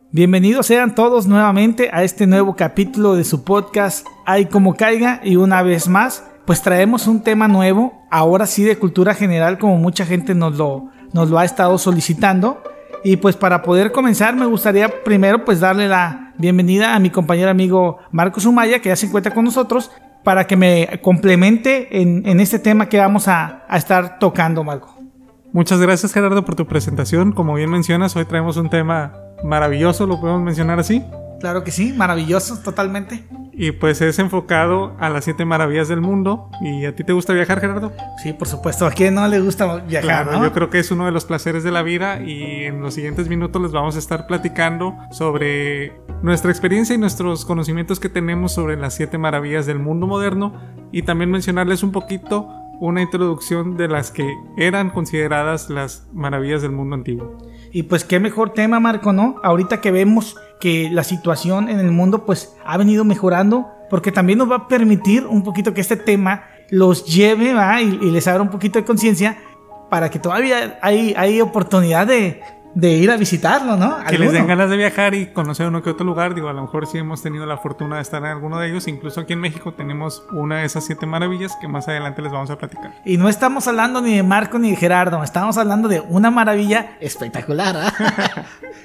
Bienvenidos sean todos nuevamente a este nuevo capítulo de su podcast Ay Como Caiga, y una vez más pues traemos un tema nuevo, ahora sí de cultura general, como mucha gente nos lo ha estado solicitando. Y pues para poder comenzar me gustaría primero pues darle la bienvenida a mi compañero amigo Marcos Umaya, que ya se encuentra con nosotros, para que me complemente en este tema que vamos a estar tocando, Marco. Muchas gracias, Gerardo, por tu presentación. Como bien mencionas, hoy traemos un tema maravilloso, ¿lo podemos mencionar así? Claro que sí, maravilloso, totalmente. Y pues es enfocado a las 7 maravillas del mundo. ¿Y a ti te gusta viajar, Gerardo? Sí, por supuesto, ¿a quién no le gusta viajar? Claro, ¿no? Yo creo que es uno de los placeres de la vida, y en los siguientes minutos les vamos a estar platicando sobre nuestra experiencia y nuestros conocimientos que tenemos sobre las 7 maravillas del mundo moderno, y también mencionarles un poquito una introducción de las que eran consideradas las maravillas del mundo antiguo. Y pues qué mejor tema, Marco, ¿no? Ahorita que vemos que la situación en el mundo pues ha venido mejorando, porque también nos va a permitir un poquito que este tema los lleve, ¿va? Y les abra un poquito de conciencia, para que todavía hay oportunidad de ir a visitarlo, ¿no? Que les den ganas de viajar y conocer uno que otro lugar. Digo, a lo mejor sí hemos tenido la fortuna de estar en alguno de ellos. Incluso aquí en México tenemos una de esas 7 maravillas que más adelante les vamos a platicar. Y no estamos hablando ni de Marco ni de Gerardo, estamos hablando de una maravilla espectacular, ¿eh?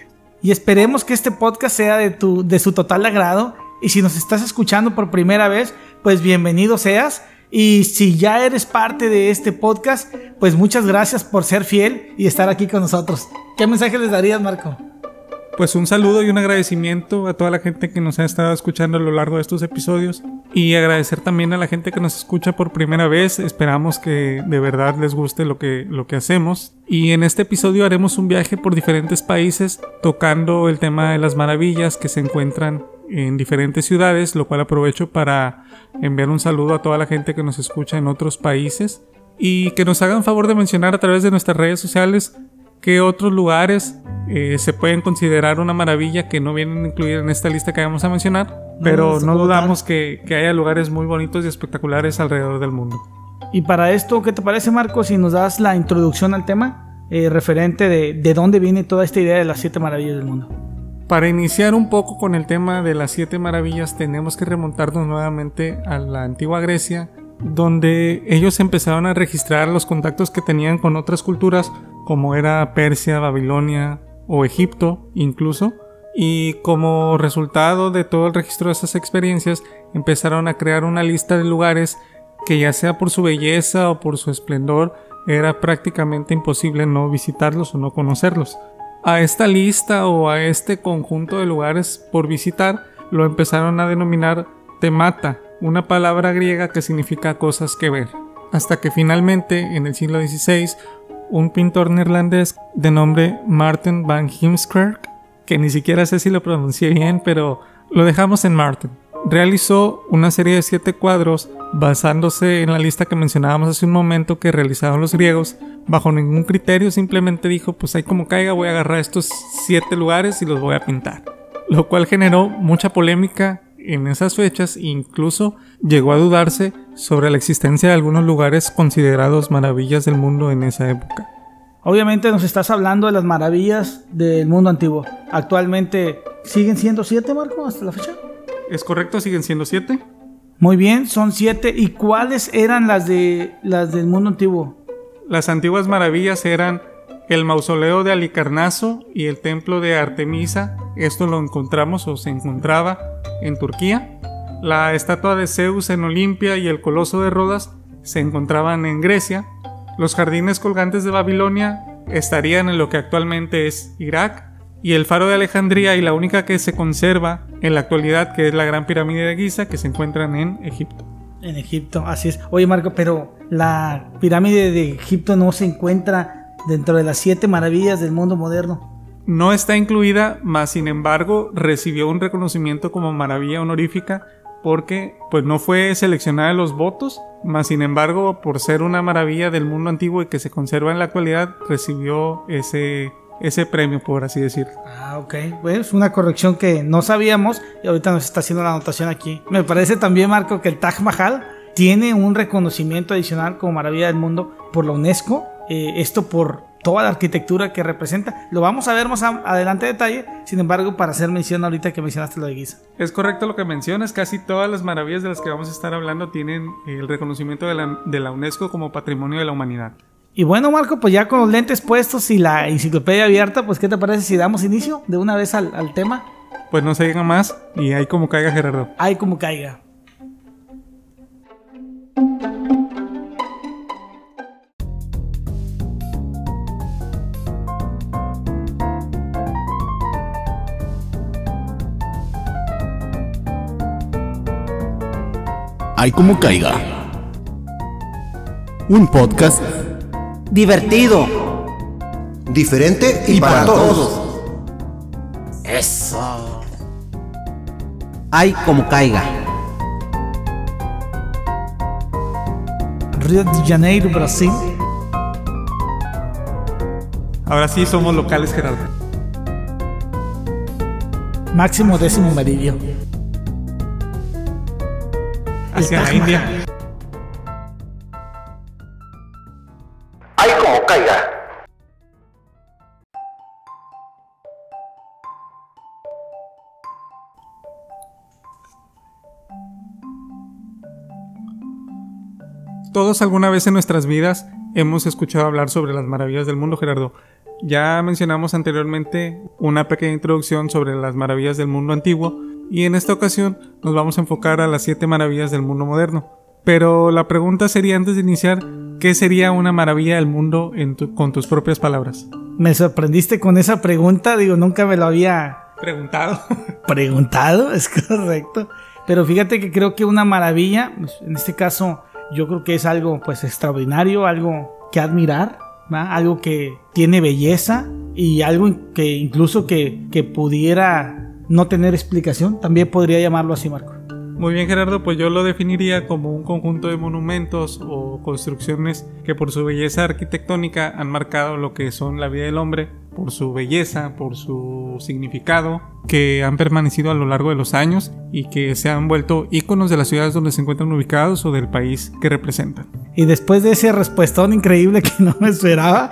Y esperemos que este podcast sea de su total agrado. Y si nos estás escuchando por primera vez, pues bienvenido seas. Y si ya eres parte de este podcast, pues muchas gracias por ser fiel y estar aquí con nosotros. ¿Qué mensaje les darías, Marco? Pues un saludo y un agradecimiento a toda la gente que nos ha estado escuchando a lo largo de estos episodios, y agradecer también a la gente que nos escucha por primera vez. Esperamos que de verdad les guste lo que hacemos, y en este episodio haremos un viaje por diferentes países tocando el tema de las maravillas que se encuentran en diferentes ciudades, lo cual aprovecho para enviar un saludo a toda la gente que nos escucha en otros países, y que nos hagan favor de mencionar a través de nuestras redes sociales qué otros lugares se pueden considerar una maravilla que no vienen incluidas en esta lista que vamos a mencionar, pero no dudamos que haya lugares muy bonitos y espectaculares alrededor del mundo. Y para esto, ¿qué te parece, Marco, si nos das la introducción al tema referente de dónde viene toda esta idea de las 7 maravillas del mundo? Para iniciar un poco con el tema de las 7 maravillas, tenemos que remontarnos nuevamente a la antigua Grecia, donde ellos empezaron a registrar los contactos que tenían con otras culturas, como era Persia, Babilonia o Egipto incluso, y como resultado de todo el registro de esas experiencias empezaron a crear una lista de lugares que, ya sea por su belleza o por su esplendor, era prácticamente imposible no visitarlos o no conocerlos. A esta lista o a este conjunto de lugares por visitar lo empezaron a denominar temata, una palabra griega que significa cosas que ver, hasta que finalmente en el siglo XVI un pintor neerlandés de nombre Maarten van Heemskerk, que ni siquiera sé si lo pronuncié bien, pero lo dejamos en Maarten, realizó una serie de 7 cuadros basándose en la lista que mencionábamos hace un momento que realizaron los griegos. Bajo ningún criterio, simplemente dijo, pues ahí como caiga voy a agarrar estos 7 lugares y los voy a pintar, lo cual generó mucha polémica en esas fechas. Incluso llegó a dudarse sobre la existencia de algunos lugares considerados maravillas del mundo en esa época. Obviamente nos estás hablando de las maravillas del mundo antiguo. Actualmente, ¿siguen siendo 7, Marco, hasta la fecha? Es correcto, siguen siendo 7. Muy bien, son 7. ¿Y cuáles eran las del mundo antiguo? Las antiguas maravillas eran el mausoleo de Halicarnaso y el templo de Artemisa. Esto lo encontramos o se encontraba en Turquía. La estatua de Zeus en Olimpia y el coloso de Rodas se encontraban en Grecia. Los jardines colgantes de Babilonia estarían en lo que actualmente es Irak. Y el faro de Alejandría, y la única que se conserva en la actualidad, que es la Gran Pirámide de Giza, que se encuentran en Egipto. En Egipto, así es. Oye, Marco, pero la pirámide de Egipto no se encuentra dentro de las 7 maravillas del mundo moderno. No está incluida, mas sin embargo recibió un reconocimiento como maravilla honorífica, porque pues no fue seleccionada en los votos, mas sin embargo por ser una maravilla del mundo antiguo y que se conserva en la actualidad, recibió ese premio, por así decirlo. Ah, ok. Pues una corrección que no sabíamos y ahorita nos está haciendo la anotación aquí. Me parece también, Marco, que el Taj Mahal tiene un reconocimiento adicional como maravilla del mundo por la UNESCO. Esto por toda la arquitectura que representa. Lo vamos a ver más adelante en detalle, sin embargo, para hacer mención ahorita que mencionaste lo de Giza. Es correcto lo que mencionas, casi todas las maravillas de las que vamos a estar hablando tienen el reconocimiento de la UNESCO como Patrimonio de la Humanidad. Y bueno, Marco, pues ya con los lentes puestos y la enciclopedia abierta, pues ¿qué te parece si damos inicio de una vez al tema? Pues no se diga más y ahí como caiga, Gerardo. Ahí como caiga. Ahí como caiga. Un podcast divertido, diferente y para todos. Eso. Ay, como caiga. Río de Janeiro, Brasil. Ahora sí somos locales, Gerardo. Máximo 10º meridio. Hacia la India. Ahí como caiga. Todos alguna vez en nuestras vidas hemos escuchado hablar sobre las maravillas del mundo, Gerardo. Ya mencionamos anteriormente una pequeña introducción sobre las maravillas del mundo antiguo y en esta ocasión nos vamos a enfocar a las 7 maravillas del mundo moderno. Pero la pregunta sería, antes de iniciar, ¿qué sería una maravilla del mundo con tus propias palabras? Me sorprendiste con esa pregunta, digo, nunca me lo había preguntado, es correcto. Pero fíjate que creo que una maravilla, en este caso, yo creo que es algo pues extraordinario, algo que admirar, ¿va? Algo que tiene belleza y algo que incluso que pudiera no tener explicación, también podría llamarlo así, Marco. Muy bien, Gerardo, pues yo lo definiría como un conjunto de monumentos o construcciones que por su belleza arquitectónica han marcado lo que son la vida del hombre, por su belleza, por su significado, que han permanecido a lo largo de los años y que se han vuelto íconos de las ciudades donde se encuentran ubicados o del país que representan. Y después de ese respuestón increíble que no me esperaba,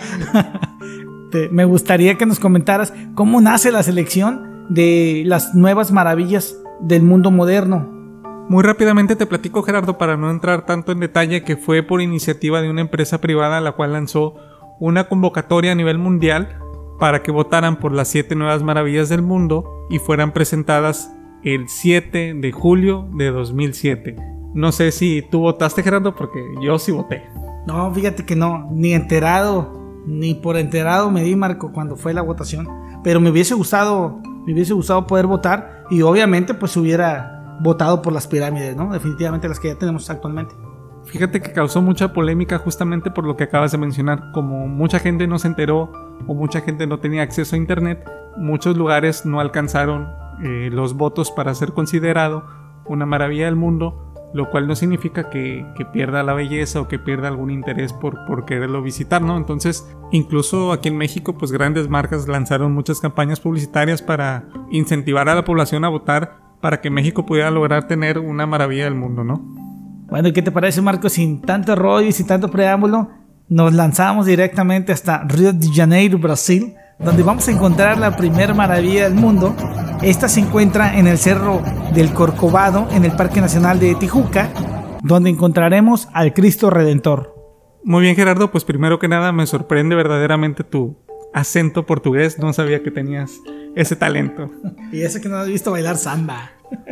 me gustaría que nos comentaras cómo nace la selección de las nuevas maravillas del mundo moderno. Muy rápidamente te platico, Gerardo, para no entrar tanto en detalle, que fue por iniciativa de una empresa privada la cual lanzó una convocatoria a nivel mundial para que votaran por las 7 nuevas maravillas del mundo y fueran presentadas el 7 de julio de 2007. No sé si tú votaste, Gerardo, porque yo sí voté. No, fíjate que no, ni enterado, ni por enterado me di, Marco, cuando fue la votación. Pero me hubiese gustado poder votar y obviamente pues hubiera votado por las pirámides, ¿no? Definitivamente las que ya tenemos actualmente. Fíjate que causó mucha polémica justamente por lo que acabas de mencionar. Como mucha gente no se enteró o mucha gente no tenía acceso a internet, muchos lugares no alcanzaron los votos para ser considerado una maravilla del mundo, lo cual no significa que pierda la belleza o que pierda algún interés por quererlo visitar, ¿no? Entonces, incluso aquí en México, pues grandes marcas lanzaron muchas campañas publicitarias para incentivar a la población a votar para que México pudiera lograr tener una maravilla del mundo, ¿no? Bueno, ¿y qué te parece, Marco? Sin tanto rollo y sin tanto preámbulo, nos lanzamos directamente hasta Río de Janeiro, Brasil, donde vamos a encontrar la primera maravilla del mundo. Esta se encuentra en el Cerro del Corcovado, en el Parque Nacional de Tijuca, donde encontraremos al Cristo Redentor. Muy bien, Gerardo, pues primero que nada me sorprende verdaderamente tu acento portugués, no sabía que tenías ese talento. Y eso que no has visto bailar samba.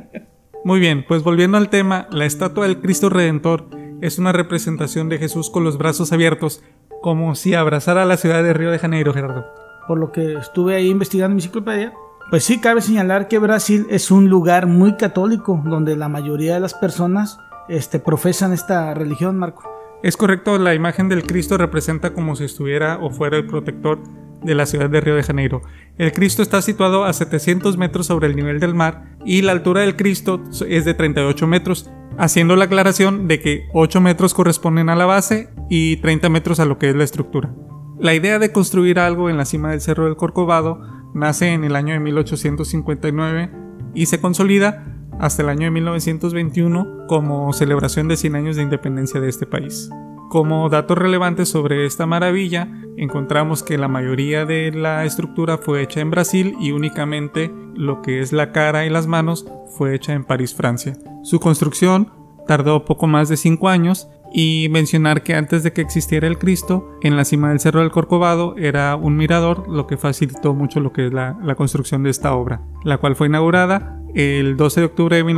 Muy bien, pues volviendo al tema, la estatua del Cristo Redentor es una representación de Jesús con los brazos abiertos, como si abrazara la ciudad de Río de Janeiro, Gerardo. Por lo que estuve ahí investigando en mi enciclopedia, pues sí, cabe señalar que Brasil es un lugar muy católico, donde la mayoría de las personas profesan esta religión, Marco. Es correcto, la imagen del Cristo representa como si estuviera o fuera el protector de la ciudad de Río de Janeiro. El Cristo está situado a 700 metros sobre el nivel del mar y la altura del Cristo es de 38 metros, haciendo la aclaración de que 8 metros corresponden a la base y 30 metros a lo que es la estructura. La idea de construir algo en la cima del Cerro del Corcovado nace en el año de 1859 y se consolida hasta el año de 1921 como celebración de 100 años de independencia de este país. Como datos relevantes sobre esta maravilla, encontramos que la mayoría de la estructura fue hecha en Brasil y únicamente lo que es la cara y las manos fue hecha en París, Francia. Su construcción tardó poco más de 5 años y mencionar que antes de que existiera el Cristo, en la cima del Cerro del Corcovado era un mirador, lo que facilitó mucho lo que es la construcción de esta obra, la cual fue inaugurada el 12 de octubre de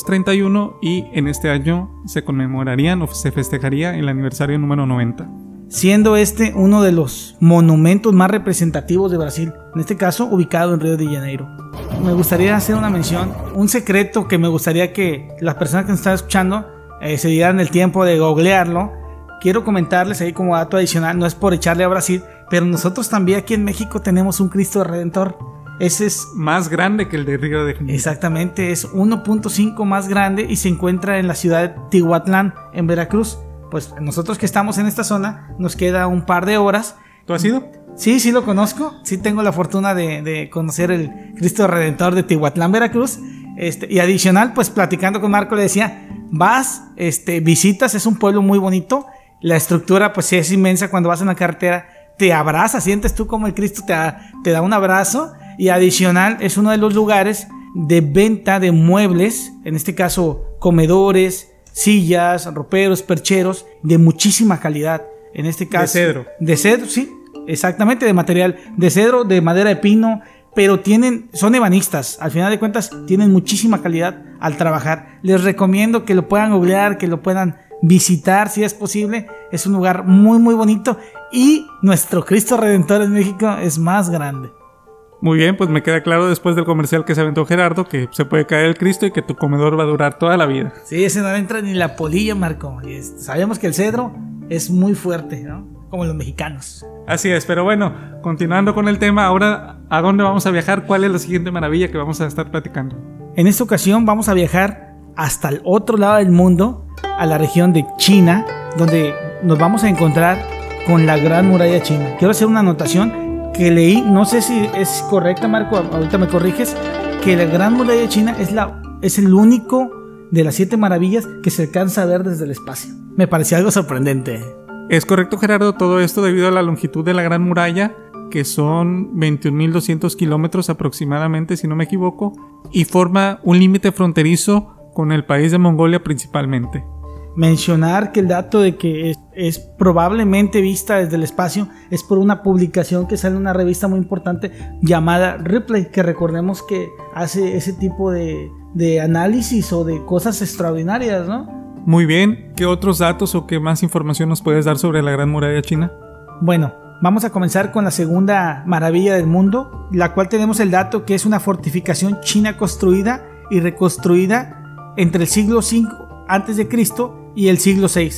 1931 y en este año se conmemorarían o se festejaría el aniversario número 90. Siendo este uno de los monumentos más representativos de Brasil, en este caso ubicado en Río de Janeiro. Me gustaría hacer una mención, un secreto que me gustaría que las personas que nos están escuchando se dieran el tiempo de googlearlo. Quiero comentarles ahí como dato adicional, no es por echarle a Brasil, pero nosotros también aquí en México tenemos un Cristo Redentor. Ese es más grande que el de Río de Janeiro. Exactamente, es 1.5 más grande y se encuentra en la ciudad de Tihuatlán, en Veracruz. Pues nosotros que estamos en esta zona nos queda un par de horas. ¿Tú has ido? Sí lo conozco. Sí tengo la fortuna de conocer el Cristo Redentor de Tihuatlán, Veracruz. Y adicional, pues platicando con Marco le decía, vas, visitas, es un pueblo muy bonito. La estructura pues sí es inmensa. Cuando vas en la carretera te abraza, sientes tú como el Cristo te da un abrazo. Y adicional es uno de los lugares de venta de muebles, en este caso comedores, sillas, roperos, percheros, de muchísima calidad. En este caso de cedro. De cedro, sí, exactamente, de material de cedro, de madera de pino, pero son ebanistas. Al final de cuentas tienen muchísima calidad al trabajar. Les recomiendo que lo puedan googlear, que lo puedan visitar si es posible. Es un lugar muy muy bonito y nuestro Cristo Redentor en México es más grande. Muy bien, pues me queda claro después del comercial que se aventó Gerardo que se puede caer el Cristo y que tu comedor va a durar toda la vida. Sí, ese no entra ni la polilla, Marco. Sabemos que el cedro es muy fuerte, ¿no? Como los mexicanos. Así es, pero bueno, continuando con el tema, ahora ¿a dónde vamos a viajar? ¿Cuál es la siguiente maravilla que vamos a estar platicando? En esta ocasión vamos a viajar hasta el otro lado del mundo, a la región de China, donde nos vamos a encontrar con la Gran Muralla China. Quiero hacer una anotación que leí, no sé si es correcta, Marco, ahorita me corriges, que la Gran Muralla China es el único de las 7 maravillas que se alcanza a ver desde el espacio. Me pareció algo sorprendente. Es correcto, Gerardo, todo esto debido a la longitud de la Gran Muralla, que son 21.200 kilómetros aproximadamente, si no me equivoco, y forma un límite fronterizo con el país de Mongolia principalmente. Mencionar que el dato de que es probablemente vista desde el espacio es por una publicación que sale en una revista muy importante llamada Ripley, que recordemos que hace ese tipo de análisis o de cosas extraordinarias, ¿no? Muy bien, ¿qué otros datos o qué más información nos puedes dar sobre la Gran Muralla China? Bueno, vamos a comenzar con la segunda maravilla del mundo, la cual tenemos el dato que es una fortificación china construida y reconstruida entre el siglo V a.C. y el siglo VI.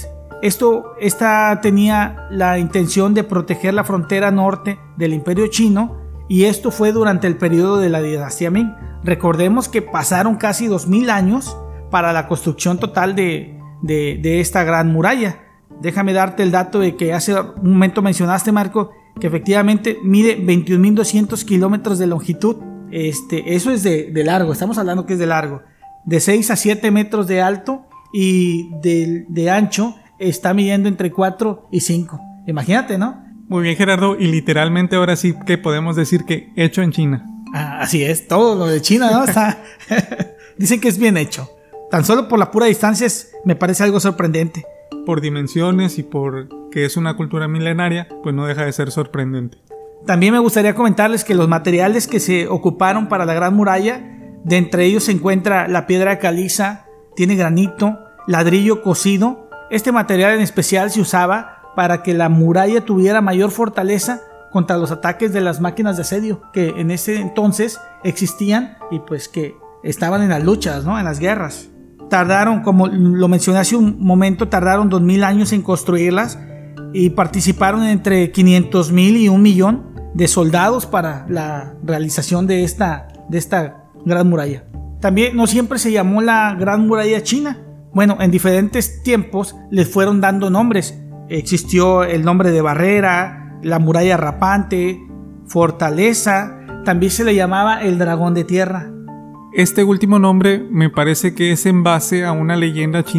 Esta tenía la intención de proteger la frontera norte del Imperio Chino y esto fue durante el periodo de la dinastía Ming. Recordemos que pasaron casi 2000 años para la construcción total de esta gran muralla. Déjame darte el dato de que hace un momento mencionaste, Marco, que efectivamente mide 21.200 kilómetros de longitud. Eso es de largo, estamos hablando que es de largo, de 6 a 7 metros de alto y de ancho está midiendo entre 4 y 5. Imagínate, ¿no? Muy bien, Gerardo, y literalmente ahora sí que podemos decir que hecho en China. Así es, todo lo de China, ¿no? Dicen que es bien hecho. Tan solo por la pura distancia me parece algo sorprendente. Por dimensiones y por que es una cultura milenaria, pues no deja de ser sorprendente. También me gustaría comentarles que los materiales que se ocuparon para la Gran Muralla, de entre ellos se encuentra la piedra caliza, tiene granito, ladrillo cocido. Este material en especial se usaba para que la muralla tuviera mayor fortaleza contra los ataques de las máquinas de asedio que en ese entonces existían y pues que estaban en las luchas, ¿no? En las guerras. Tardaron, como lo mencioné hace un momento, tardaron 2000 años en construirlas y participaron entre 500,000 y 1,000,000 de soldados para la realización de esta gran muralla. También no siempre se llamó la Gran Muralla China. Bueno, en diferentes tiempos les fueron dando nombres. Existió el nombre de barrera, la muralla rampante, fortaleza, también se le llamaba el dragón de tierra. Este último nombre me parece que es en base a una leyenda china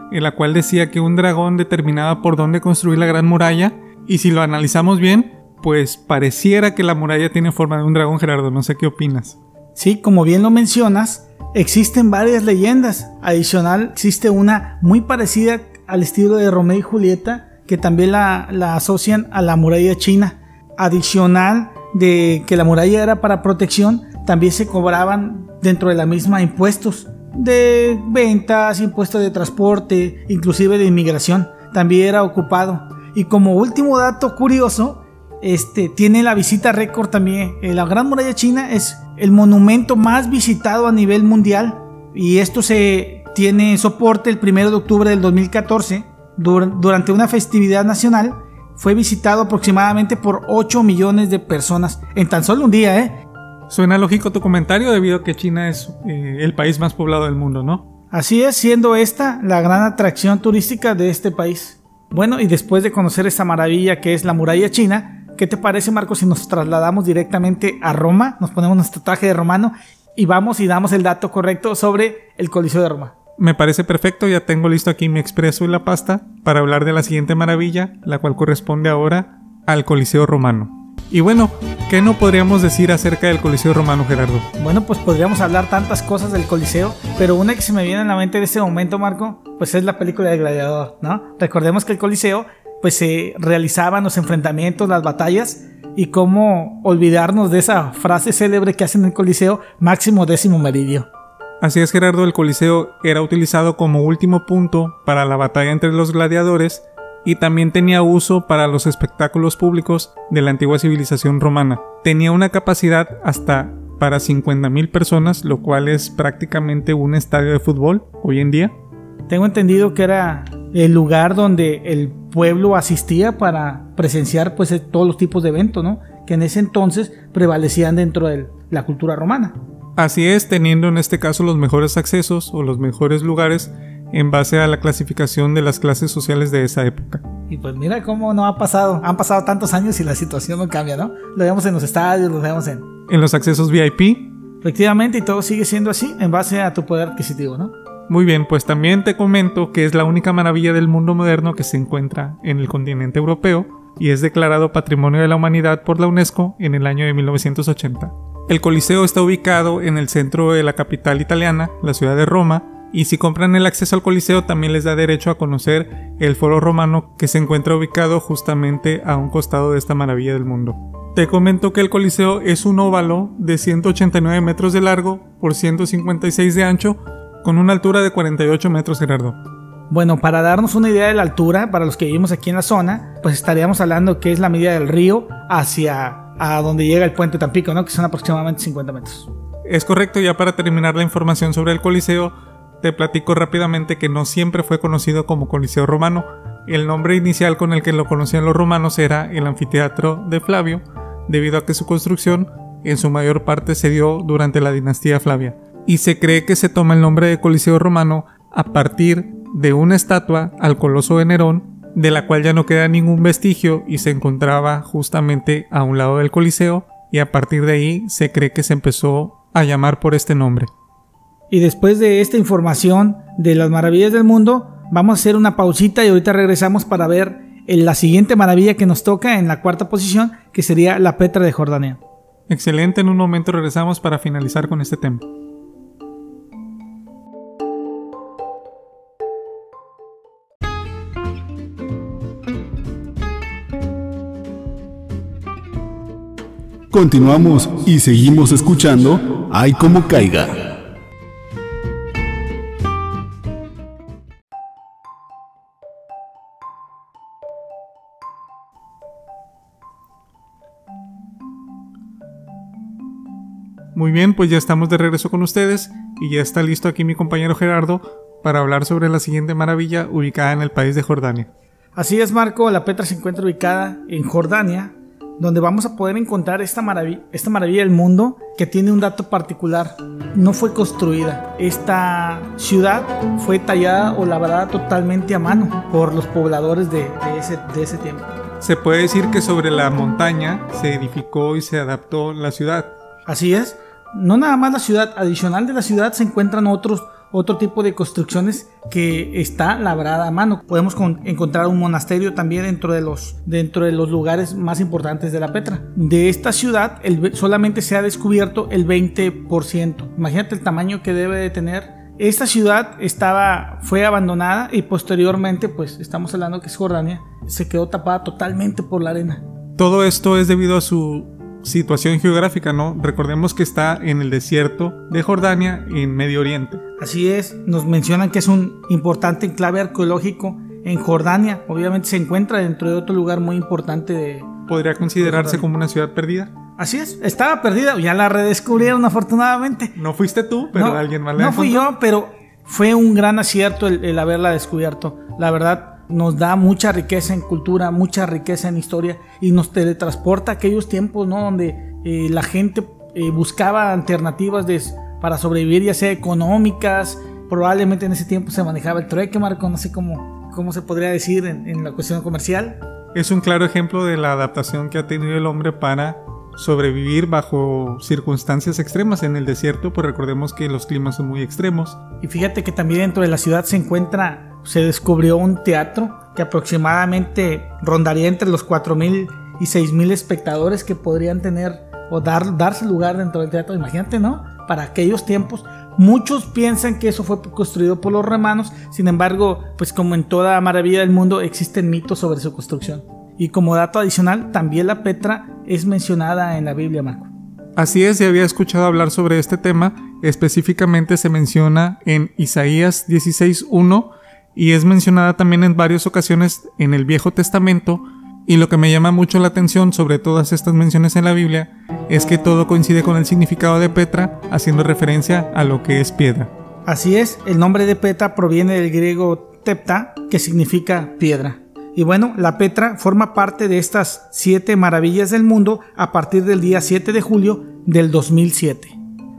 en la cual decía que un dragón determinaba por dónde construir la Gran Muralla, y si lo analizamos bien, pues pareciera que la muralla tiene forma de un dragón, Gerardo. No sé qué opinas. Sí, como bien lo mencionas, existen varias leyendas. Adicional, existe una muy parecida al estilo de Romeo y Julieta, que también la asocian a la muralla china. Adicional de que la muralla era para protección, también se cobraban dentro de la misma impuestos de ventas, impuestos de transporte, inclusive de inmigración. También era ocupado. Y como último dato curioso, tiene la visita récord también. La Gran Muralla China es el monumento más visitado a nivel mundial, y esto se tiene soporte el 1 de octubre del 2014 durante una festividad nacional. Fue visitado aproximadamente por 8 millones de personas en tan solo un día, Suena lógico tu comentario, debido a que China es el país más poblado del mundo, ¿no? Así es, siendo esta la gran atracción turística de este país. Bueno, y después de conocer esta maravilla que es la muralla china, ¿qué te parece, Marco, si nos trasladamos directamente a Roma? Nos ponemos nuestro traje de romano y vamos y damos el dato correcto sobre el Coliseo de Roma. Me parece perfecto, ya tengo listo aquí mi expreso y la pasta para hablar de la siguiente maravilla, la cual corresponde ahora al Coliseo Romano. Y bueno, ¿qué no podríamos decir acerca del Coliseo Romano, Gerardo? Bueno, pues podríamos hablar tantas cosas del Coliseo, pero una que se me viene a la mente en este momento, Marco, pues es la película de Gladiador, ¿no? Recordemos que el Coliseo, pues se realizaban los enfrentamientos, las batallas, y cómo olvidarnos de esa frase célebre que hacen en el Coliseo, máximo décimo meridio. Así es, Gerardo, el Coliseo era utilizado como último punto para la batalla entre los gladiadores, y también tenía uso para los espectáculos públicos de la antigua civilización romana. Tenía una capacidad hasta para 50,000 personas, lo cual es prácticamente un estadio de fútbol hoy en día. Tengo entendido que era el lugar donde el pueblo asistía para presenciar pues todos los tipos de eventos, ¿no? Que en ese entonces prevalecían dentro de la cultura romana. Así es, teniendo en este caso los mejores accesos o los mejores lugares en base a la clasificación de las clases sociales de esa época. Y pues mira cómo no ha pasado, han pasado tantos años y la situación no cambia, ¿no? Lo vemos en los estadios, lo vemos en los accesos VIP. Efectivamente, y todo sigue siendo así en base a tu poder adquisitivo, ¿no? Muy bien, pues también te comento que es la única maravilla del mundo moderno que se encuentra en el continente europeo y es declarado Patrimonio de la Humanidad por la UNESCO en el año de 1980. El Coliseo está ubicado en el centro de la capital italiana, la ciudad de Roma, y si compran el acceso al Coliseo también les da derecho a conocer el Foro Romano, que se encuentra ubicado justamente a un costado de esta maravilla del mundo. Te comento que el Coliseo es un óvalo de 189 metros de largo por 156 de ancho, con una altura de 48 metros, Gerardo. Bueno, para darnos una idea de la altura, para los que vivimos aquí en la zona, pues estaríamos hablando que es la medida del río hacia a donde llega el puente Tampico, ¿no? Que son aproximadamente 50 metros. Es correcto. Ya para terminar la información sobre el Coliseo, te platico rápidamente que no siempre fue conocido como Coliseo Romano. El nombre inicial con el que lo conocían los romanos era el Anfiteatro de Flavio, debido a que su construcción en su mayor parte se dio durante la dinastía Flavia. Y se cree que se toma el nombre de Coliseo Romano a partir de una estatua al coloso de Nerón, de la cual ya no queda ningún vestigio y se encontraba justamente a un lado del Coliseo, y a partir de ahí se cree que se empezó a llamar por este nombre. Y después de esta información de las maravillas del mundo, vamos a hacer una pausita y ahorita regresamos para ver la siguiente maravilla que nos toca en la cuarta posición, que sería la Petra de Jordania. Excelente, en un momento regresamos para finalizar con este tema. Continuamos y seguimos escuchando Ay Como Caiga. Muy bien, pues ya estamos de regreso con ustedes y ya está listo aquí mi compañero Gerardo para hablar sobre la siguiente maravilla ubicada en el país de Jordania. Así es, Marco, la Petra se encuentra ubicada en Jordania, donde vamos a poder encontrar esta maravilla del mundo, que tiene un dato particular. No fue construida. Esta ciudad fue tallada o labrada totalmente a mano por los pobladores de ese tiempo. Se puede decir que sobre la montaña se edificó y se adaptó la ciudad. Así es. No nada más la ciudad, adicional de la ciudad se encuentran otros otro tipo de construcciones que está labrada a mano. Podemos encontrar un monasterio también dentro de los lugares más importantes de la Petra. De esta ciudad solamente se ha descubierto el 20%. Imagínate el tamaño que debe de tener. Esta ciudad fue abandonada y posteriormente, pues estamos hablando que es Jordania, se quedó tapada totalmente por la arena. Todo esto es debido a su situación geográfica, ¿no? Recordemos que está en el desierto de Jordania, en Medio Oriente. Así es, nos mencionan que es un importante enclave arqueológico en Jordania. Obviamente se encuentra dentro de otro lugar muy importante ¿Podría considerarse como una ciudad perdida? Así es, estaba perdida, ya la redescubrieron afortunadamente. No fuiste tú, pero alguien más la encontró. No fui yo, pero fue un gran acierto el haberla descubierto. La verdad, nos da mucha riqueza en cultura, mucha riqueza en historia y nos teletransporta a aquellos tiempos, ¿no? Donde la gente buscaba alternativas para sobrevivir, ya sea económicas. Probablemente en ese tiempo se manejaba el trueque, Marco, no sé cómo se podría decir en la cuestión comercial. Es un claro ejemplo de la adaptación que ha tenido el hombre para sobrevivir bajo circunstancias extremas. En el desierto, pues recordemos que los climas son muy extremos. Y fíjate que también dentro de la ciudad se descubrió un teatro que aproximadamente rondaría entre los 4,000 y 6,000 espectadores que podrían tener o darse lugar dentro del teatro. Imagínate, ¿no? Para aquellos tiempos. Muchos piensan que eso fue construido por los romanos. Sin embargo, pues como en toda maravilla del mundo, existen mitos sobre su construcción. Y como dato adicional, también la Petra es mencionada en la Biblia, Marco. Así es, ya había escuchado hablar sobre este tema. Específicamente se menciona en Isaías 16:1 y es mencionada también en varias ocasiones en el Viejo Testamento. Y lo que me llama mucho la atención sobre todas estas menciones en la Biblia es que todo coincide con el significado de Petra, haciendo referencia a lo que es piedra. Así es, el nombre de Petra proviene del griego tepta, que significa piedra. Y bueno, la Petra forma parte de estas 7 maravillas del mundo a partir del día 7 de julio del 2007.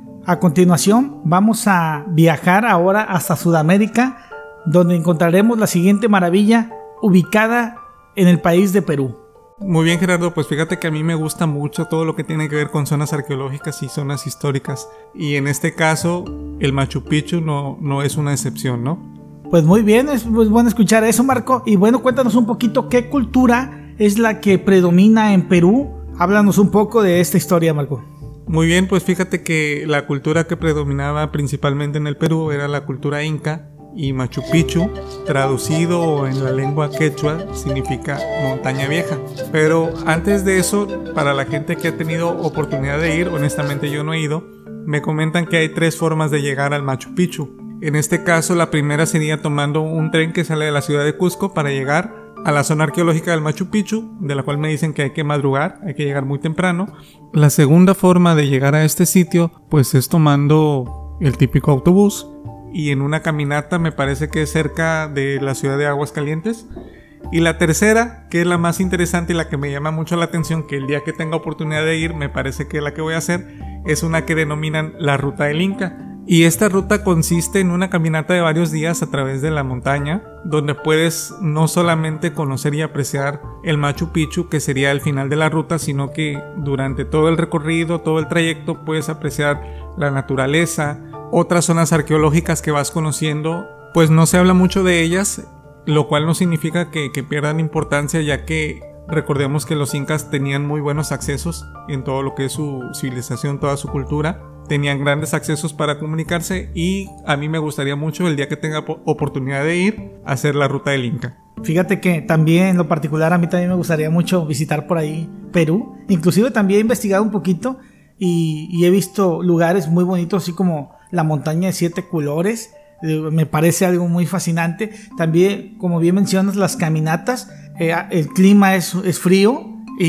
A continuación, vamos a viajar ahora hasta Sudamérica, donde encontraremos la siguiente maravilla ubicada en el país de Perú. Muy bien, Gerardo, pues fíjate que a mí me gusta mucho todo lo que tiene que ver con zonas arqueológicas y zonas históricas. Y en este caso, el Machu Picchu no es una excepción, ¿no? Pues muy bien, es muy bueno escuchar eso, Marco. Y bueno, cuéntanos un poquito qué cultura es la que predomina en Perú. Háblanos un poco de esta historia, Marco. Muy bien, pues fíjate que la cultura que predominaba principalmente en el Perú era la cultura inca, y Machu Picchu, traducido en la lengua quechua, significa montaña vieja. Pero antes de eso, para la gente que ha tenido oportunidad de ir, honestamente yo no he ido, me comentan que hay 3 formas de llegar al Machu Picchu. En este caso, la primera sería tomando un tren que sale de la ciudad de Cusco para llegar a la zona arqueológica del Machu Picchu, de la cual me dicen que hay que madrugar, hay que llegar muy temprano. La segunda forma de llegar a este sitio, pues es tomando el típico autobús y en una caminata, me parece que es cerca de la ciudad de Aguascalientes. Y la tercera, que es la más interesante y la que me llama mucho la atención, que el día que tenga oportunidad de ir, me parece que es la que voy a hacer, es una que denominan la Ruta del Inca. Y esta ruta consiste en una caminata de varios días a través de la montaña, donde puedes no solamente conocer y apreciar el Machu Picchu, que sería el final de la ruta, sino que durante todo el recorrido, todo el trayecto, puedes apreciar la naturaleza, otras zonas arqueológicas que vas conociendo. Pues no se habla mucho de ellas, lo cual no significa que pierdan importancia, ya que recordemos que los incas tenían muy buenos accesos en todo lo que es su civilización, toda su cultura. Tenían grandes accesos para comunicarse y a mí me gustaría mucho el día que tenga oportunidad de ir a hacer la Ruta del Inca. Fíjate que también en lo particular a mí también me gustaría mucho visitar por ahí Perú. Inclusive también he investigado un poquito y he visto lugares muy bonitos, así como la montaña de 7 colores. Me parece algo muy fascinante. También, como bien mencionas, las caminatas. El clima es frío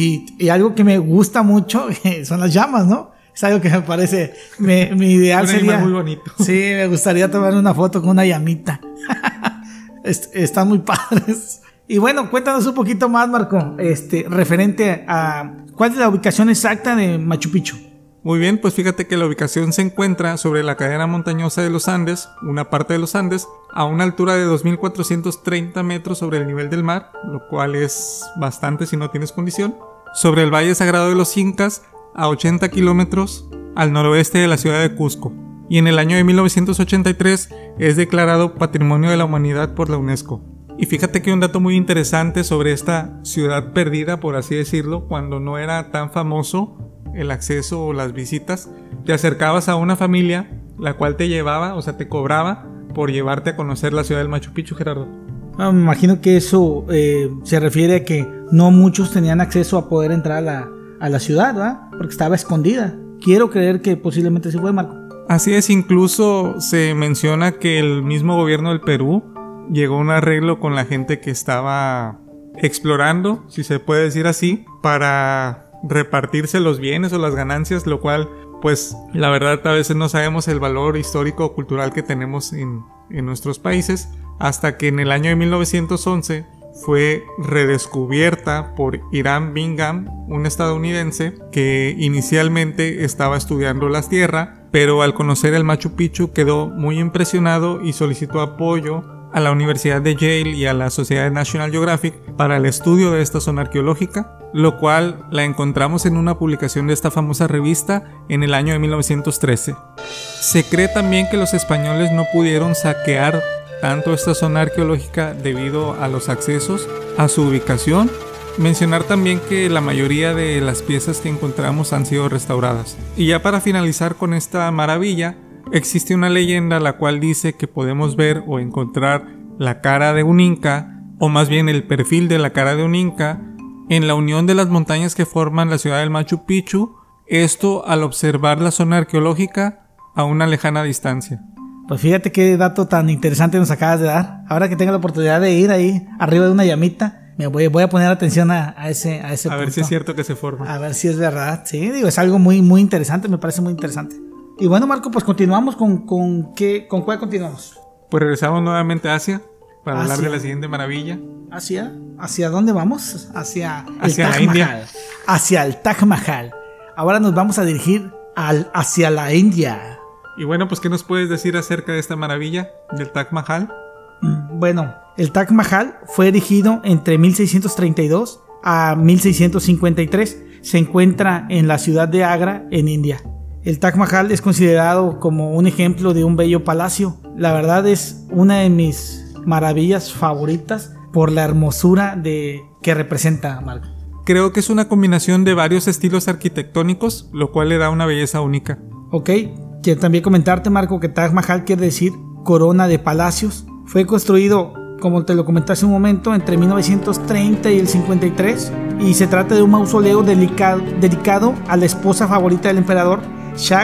y algo que me gusta mucho son las llamas, ¿no? Es algo que me parece, mi ideal sería muy bonito. Sí, me gustaría tomar una foto con una llamita. Están muy padres. Y bueno, cuéntanos un poquito más, Marco, referente a cuál es la ubicación exacta de Machu Picchu. Muy bien, pues fíjate que la ubicación se encuentra sobre la cadena montañosa de los Andes, una parte de los Andes, a una altura de 2.430 metros sobre el nivel del mar, lo cual es bastante si no tienes condición, sobre el Valle Sagrado de los Incas, a 80 kilómetros al noroeste de la ciudad de Cusco. y en el año de 1983 es declarado Patrimonio de la Humanidad por la UNESCO. Y fíjate que un dato muy interesante sobre esta ciudad perdida, por así decirlo, cuando no era tan famoso el acceso o las visitas, te acercabas a una familia la cual te llevaba, o sea, te cobraba por llevarte a conocer la ciudad del Machu Picchu, Gerardo. Me imagino que eso se refiere a que no muchos tenían acceso a poder entrar a la ciudad, ¿verdad? Porque estaba escondida. Quiero creer que posiblemente se fue, Marco. Así es, incluso se menciona que el mismo gobierno del Perú llegó a un arreglo con la gente que estaba explorando, si se puede decir así, para repartirse los bienes o las ganancias, lo cual, pues, la verdad a veces no sabemos el valor histórico o cultural que tenemos en nuestros países, hasta que en el año de 1911 fue redescubierta por Hiram Bingham, un estadounidense que inicialmente estaba estudiando la tierra, pero al conocer el Machu Picchu quedó muy impresionado y solicitó apoyo a la Universidad de Yale y a la Sociedad de National Geographic para el estudio de esta zona arqueológica, lo cual la encontramos en una publicación de esta famosa revista en el año de 1913. Se cree también que los españoles no pudieron saquear tanto esta zona arqueológica debido a los accesos a su ubicación. Mencionar también que la mayoría de las piezas que encontramos han sido restauradas. Y ya para finalizar con esta maravilla, existe una leyenda la cual dice que podemos ver o encontrar la cara de un inca, o más bien el perfil de la cara de un inca, en la unión de las montañas que forman la ciudad del Machu Picchu, esto al observar la zona arqueológica a una lejana distancia. Pues fíjate qué dato tan interesante nos acabas de dar. Ahora que tengo la oportunidad de ir ahí arriba de una llamita, me voy a poner atención a ese punto. A ver si es cierto que se forma. A ver si es verdad. Sí, digo, es algo muy, muy interesante, me parece muy interesante. Y bueno, Marco, pues continuamos con cuál continuamos. Pues regresamos nuevamente a Asia para hablar de la siguiente maravilla. ¿Hacia dónde vamos? Hacia la India. Hacia el Taj Mahal. Ahora nos vamos a dirigir hacia la India. Y bueno, pues ¿qué nos puedes decir acerca de esta maravilla del Taj Mahal? Bueno, el Taj Mahal fue erigido entre 1632 a 1653. Se encuentra en la ciudad de Agra, en India. El Taj Mahal es considerado como un ejemplo de un bello palacio. La verdad es una de mis maravillas favoritas por la hermosura que representa, Marco. Creo que es una combinación de varios estilos arquitectónicos, lo cual le da una belleza única. Ok, quiero también comentarte, Marco, que Taj Mahal quiere decir corona de palacios. Fue construido, como te lo comenté hace un momento, entre 1930 y el 53, y se trata de un mausoleo dedicado a la esposa favorita del emperador, Shah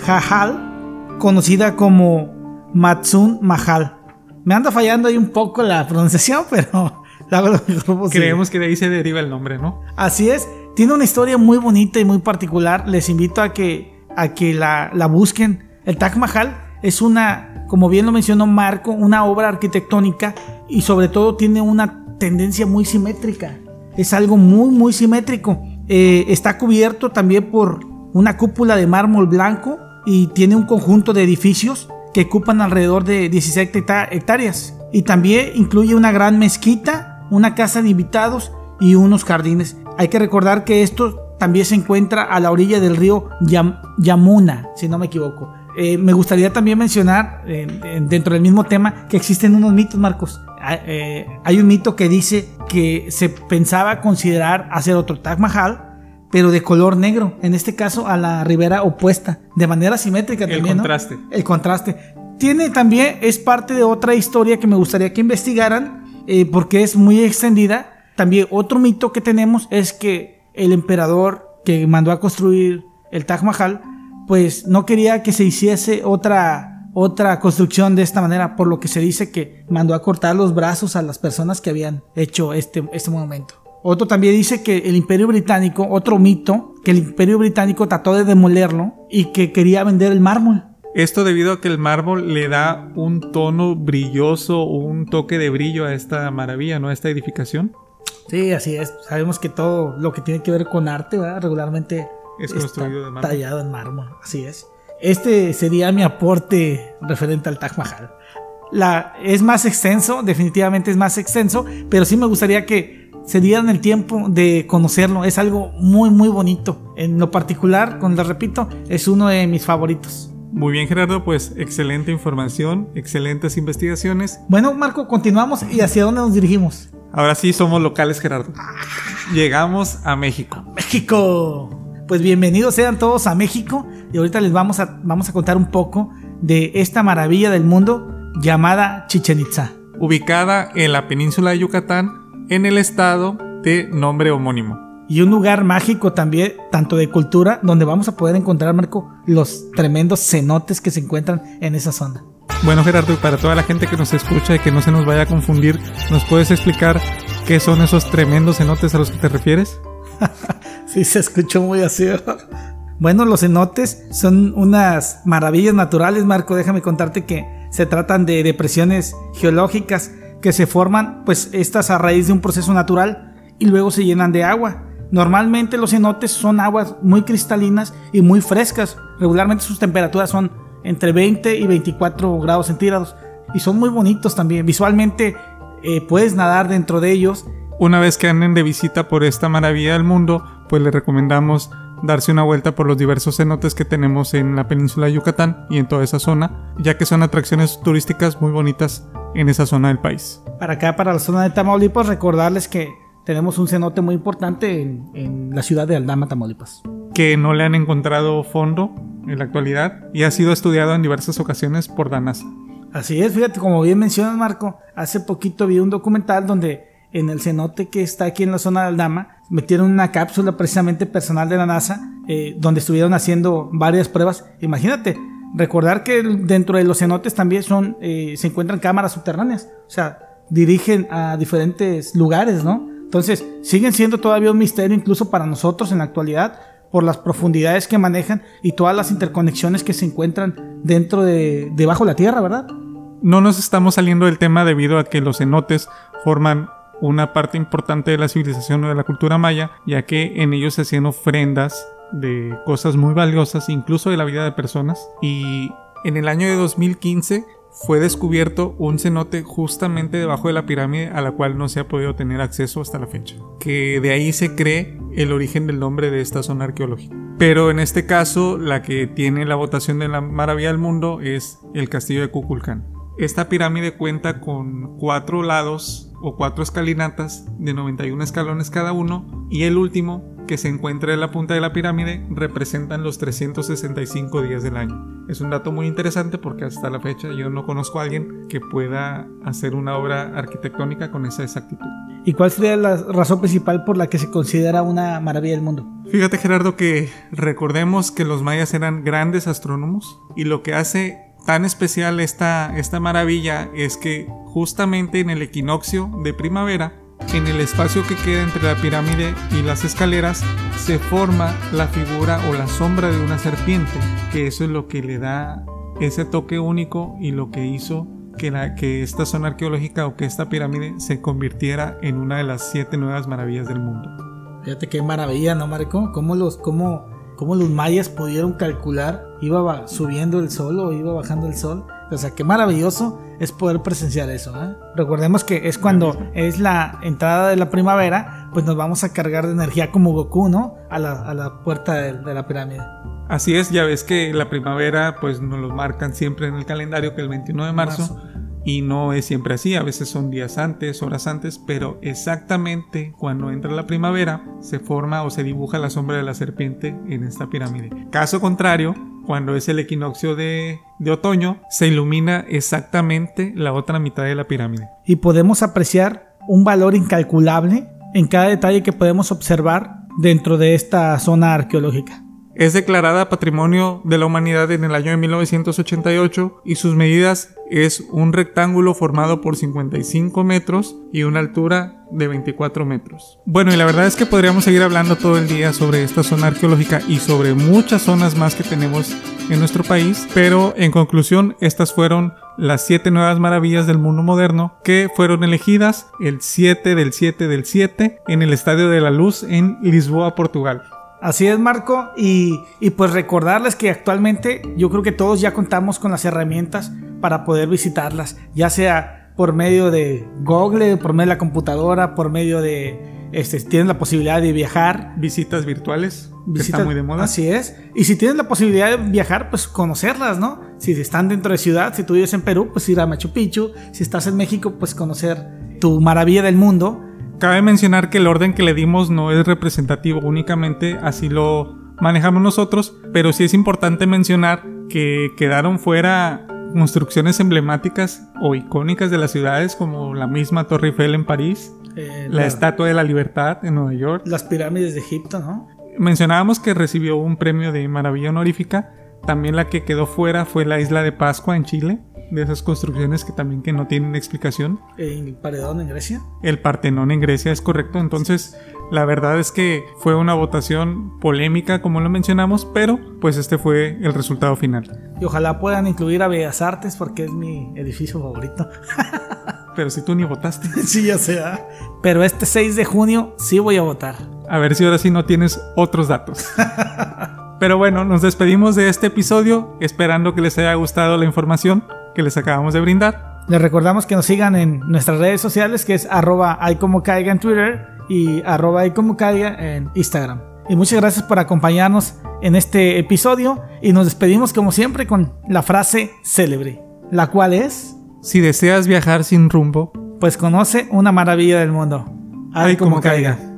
Jahan, conocida como Matsun Mahal. Me anda fallando ahí un poco la pronunciación, pero la hago lo mejor posible. Creemos que de ahí se deriva el nombre, ¿no? Así es. Tiene una historia muy bonita y muy particular. Les invito a que la busquen. El Taj Mahal es una, como bien lo mencionó Marco, una obra arquitectónica y sobre todo tiene una tendencia muy simétrica. Es algo muy, muy simétrico. Está cubierto también por una cúpula de mármol blanco y tiene un conjunto de edificios que ocupan alrededor de 16 hectáreas. Y también incluye una gran mezquita, una casa de invitados y unos jardines. Hay que recordar que esto también se encuentra a la orilla del río Yamuna, si no me equivoco. Me gustaría también mencionar, dentro del mismo tema, que existen unos mitos, Marcos. Hay un mito que dice que se pensaba considerar hacer otro Taj Mahal, pero de color negro, en este caso a la ribera opuesta, de manera simétrica también, el contraste, ¿no? El contraste. Tiene también, es parte de otra historia que me gustaría que investigaran, porque es muy extendida. También otro mito que tenemos es que el emperador que mandó a construir el Taj Mahal, pues no quería que se hiciese otra construcción de esta manera, por lo que se dice que mandó a cortar los brazos a las personas que habían hecho este monumento. Otro también dice que el Imperio Británico, otro mito, que el Imperio Británico trató de demolerlo y que quería vender el mármol. Esto debido a que el mármol le da un tono brilloso o un toque de brillo a esta maravilla, ¿no? A esta edificación. Sí, así es. Sabemos que todo lo que tiene que ver con arte, ¿verdad? Regularmente es construido de mármol. Tallado en mármol, así es. Este sería mi aporte referente al Taj Mahal. Es más extenso, definitivamente es más extenso, pero sí me gustaría que se dieran el tiempo de conocerlo. Es algo muy, muy bonito. En lo particular, como les repito, es uno de mis favoritos. Muy bien, Gerardo, pues excelente información, excelentes investigaciones. Bueno, Marco, continuamos. ¿Y hacia dónde nos dirigimos? Ahora sí somos locales, Gerardo. Llegamos a México. ¡México! Pues bienvenidos sean todos a México. Y ahorita les vamos a contar un poco de esta maravilla del mundo llamada Chichén Itzá. Ubicada en la península de Yucatán, en el estado de nombre homónimo. Y un lugar mágico también, tanto de cultura, donde vamos a poder encontrar, Marco, los tremendos cenotes que se encuentran en esa zona. Bueno, Gerardo, y para toda la gente que nos escucha y que no se nos vaya a confundir, ¿nos puedes explicar qué son esos tremendos cenotes a los que te refieres? Sí, se escuchó muy así. Bueno, los cenotes son unas maravillas naturales, Marco. Déjame contarte que se tratan de depresiones geológicas que se forman, pues estas a raíz de un proceso natural y luego se llenan de agua. Normalmente los cenotes son aguas muy cristalinas y muy frescas. Regularmente sus temperaturas son entre 20 y 24 grados centígrados y son muy bonitos también. Visualmente puedes nadar dentro de ellos. Una vez que anden de visita por esta maravilla del mundo, pues les recomendamos darse una vuelta por los diversos cenotes que tenemos en la península de Yucatán y en toda esa zona, ya que son atracciones turísticas muy bonitas en esa zona del país. Para acá, para la zona de Tamaulipas, recordarles que tenemos un cenote muy importante en la ciudad de Aldama, Tamaulipas, que no le han encontrado fondo en la actualidad y ha sido estudiado en diversas ocasiones por la NASA. Así es, fíjate, como bien mencionas, Marco, hace poquito vi un documental donde en el cenote que está aquí en la zona de Aldama metieron una cápsula precisamente personal de la NASA, donde estuvieron haciendo varias pruebas. Imagínate, recordar que dentro de los cenotes también se encuentran cámaras subterráneas, o sea, dirigen a diferentes lugares, ¿no? Entonces, siguen siendo todavía un misterio incluso para nosotros en la actualidad por las profundidades que manejan y todas las interconexiones que se encuentran debajo de la tierra, ¿verdad? No nos estamos saliendo del tema debido a que los cenotes forman una parte importante de la civilización o de la cultura maya, ya que en ellos se hacían ofrendas de cosas muy valiosas, incluso de la vida de personas. Y en el año de 2015 fue descubierto un cenote justamente debajo de la pirámide a la cual no se ha podido tener acceso hasta la fecha, que de ahí se cree el origen del nombre de esta zona arqueológica. Pero en este caso la que tiene la votación de la maravilla del mundo es el castillo de Kukulcán. Esta pirámide cuenta con 4 lados o 4 escalinatas de 91 escalones cada uno, y el último, que se encuentra en la punta de la pirámide, representan los 365 días del año. Es un dato muy interesante porque hasta la fecha yo no conozco a alguien que pueda hacer una obra arquitectónica con esa exactitud. ¿Y cuál sería la razón principal por la que se considera una maravilla del mundo? Fíjate, Gerardo, que recordemos que los mayas eran grandes astrónomos, y lo que hace tan especial esta maravilla es que justamente en el equinoccio de primavera, en el espacio que queda entre la pirámide y las escaleras, se forma la figura o la sombra de una serpiente, que eso es lo que le da ese toque único y lo que hizo que esta zona arqueológica o que esta pirámide se convirtiera en una de las 7 nuevas maravillas del mundo. Fíjate qué maravilla, ¿no, Marco? ¿Cómo los mayas pudieron calcular? ¿Iba subiendo el sol o iba bajando el sol? O sea, qué maravilloso es poder presenciar eso, ¿eh? Recordemos que es cuando es la entrada de la primavera, pues nos vamos a cargar de energía como Goku, ¿no? A la puerta de la pirámide. Así es, ya ves que la primavera pues nos lo marcan siempre en el calendario, que el 21 de marzo. Y no es siempre así, a veces son días antes, horas antes, pero exactamente cuando entra la primavera se forma o se dibuja la sombra de la serpiente en esta pirámide. Caso contrario, cuando es el equinoccio de otoño, se ilumina exactamente la otra mitad de la pirámide. Y podemos apreciar un valor incalculable en cada detalle que podemos observar dentro de esta zona arqueológica. Es declarada Patrimonio de la Humanidad en el año de 1988 y sus medidas es un rectángulo formado por 55 metros y una altura de 24 metros. Bueno, y la verdad es que podríamos seguir hablando todo el día sobre esta zona arqueológica y sobre muchas zonas más que tenemos en nuestro país, pero en conclusión, estas fueron las 7 nuevas maravillas del mundo moderno que fueron elegidas el 7 del 7 del 7 en el Estadio de la Luz en Lisboa, Portugal. Así es, Marco, y pues recordarles que actualmente yo creo que todos ya contamos con las herramientas para poder visitarlas, ya sea por medio de Google, por medio de la computadora, por medio de Si tienes la posibilidad de viajar, Visitas virtuales, que está muy de moda. Así es. Y si tienes la posibilidad de viajar, pues conocerlas, ¿no? Si están dentro de ciudad, si tú vives en Perú, pues ir a Machu Picchu. Si estás en México, pues conocer tu maravilla del mundo. Cabe mencionar que el orden que le dimos no es representativo, únicamente así lo manejamos nosotros, pero sí es importante mencionar que quedaron fuera construcciones emblemáticas o icónicas de las ciudades, como la misma Torre Eiffel en París, la Estatua de la Libertad en Nueva York, las pirámides de Egipto, ¿no? Mencionábamos que recibió un premio de maravilla honorífica. También la que quedó fuera fue la Isla de Pascua en Chile, de esas construcciones que también que no tienen explicación. ¿El Paredón en Grecia? El Partenón en Grecia, es correcto. Entonces, la verdad es que fue una votación polémica, como lo mencionamos, pero pues este fue el resultado final. Y ojalá puedan incluir a Bellas Artes porque es mi edificio favorito. Pero si tú ni votaste. Sí, ya sé. Pero este 6 de junio sí voy a votar. A ver si ahora sí no tienes otros datos. Pero bueno, nos despedimos de este episodio, esperando que les haya gustado la información que les acabamos de brindar. Les recordamos que nos sigan en nuestras redes sociales, que es @aycomocaiga en Twitter y @aycomocaiga en Instagram. Y muchas gracias por acompañarnos en este episodio, y nos despedimos como siempre con la frase célebre, la cual es: si deseas viajar sin rumbo, pues conoce una maravilla del mundo. Ay como caiga.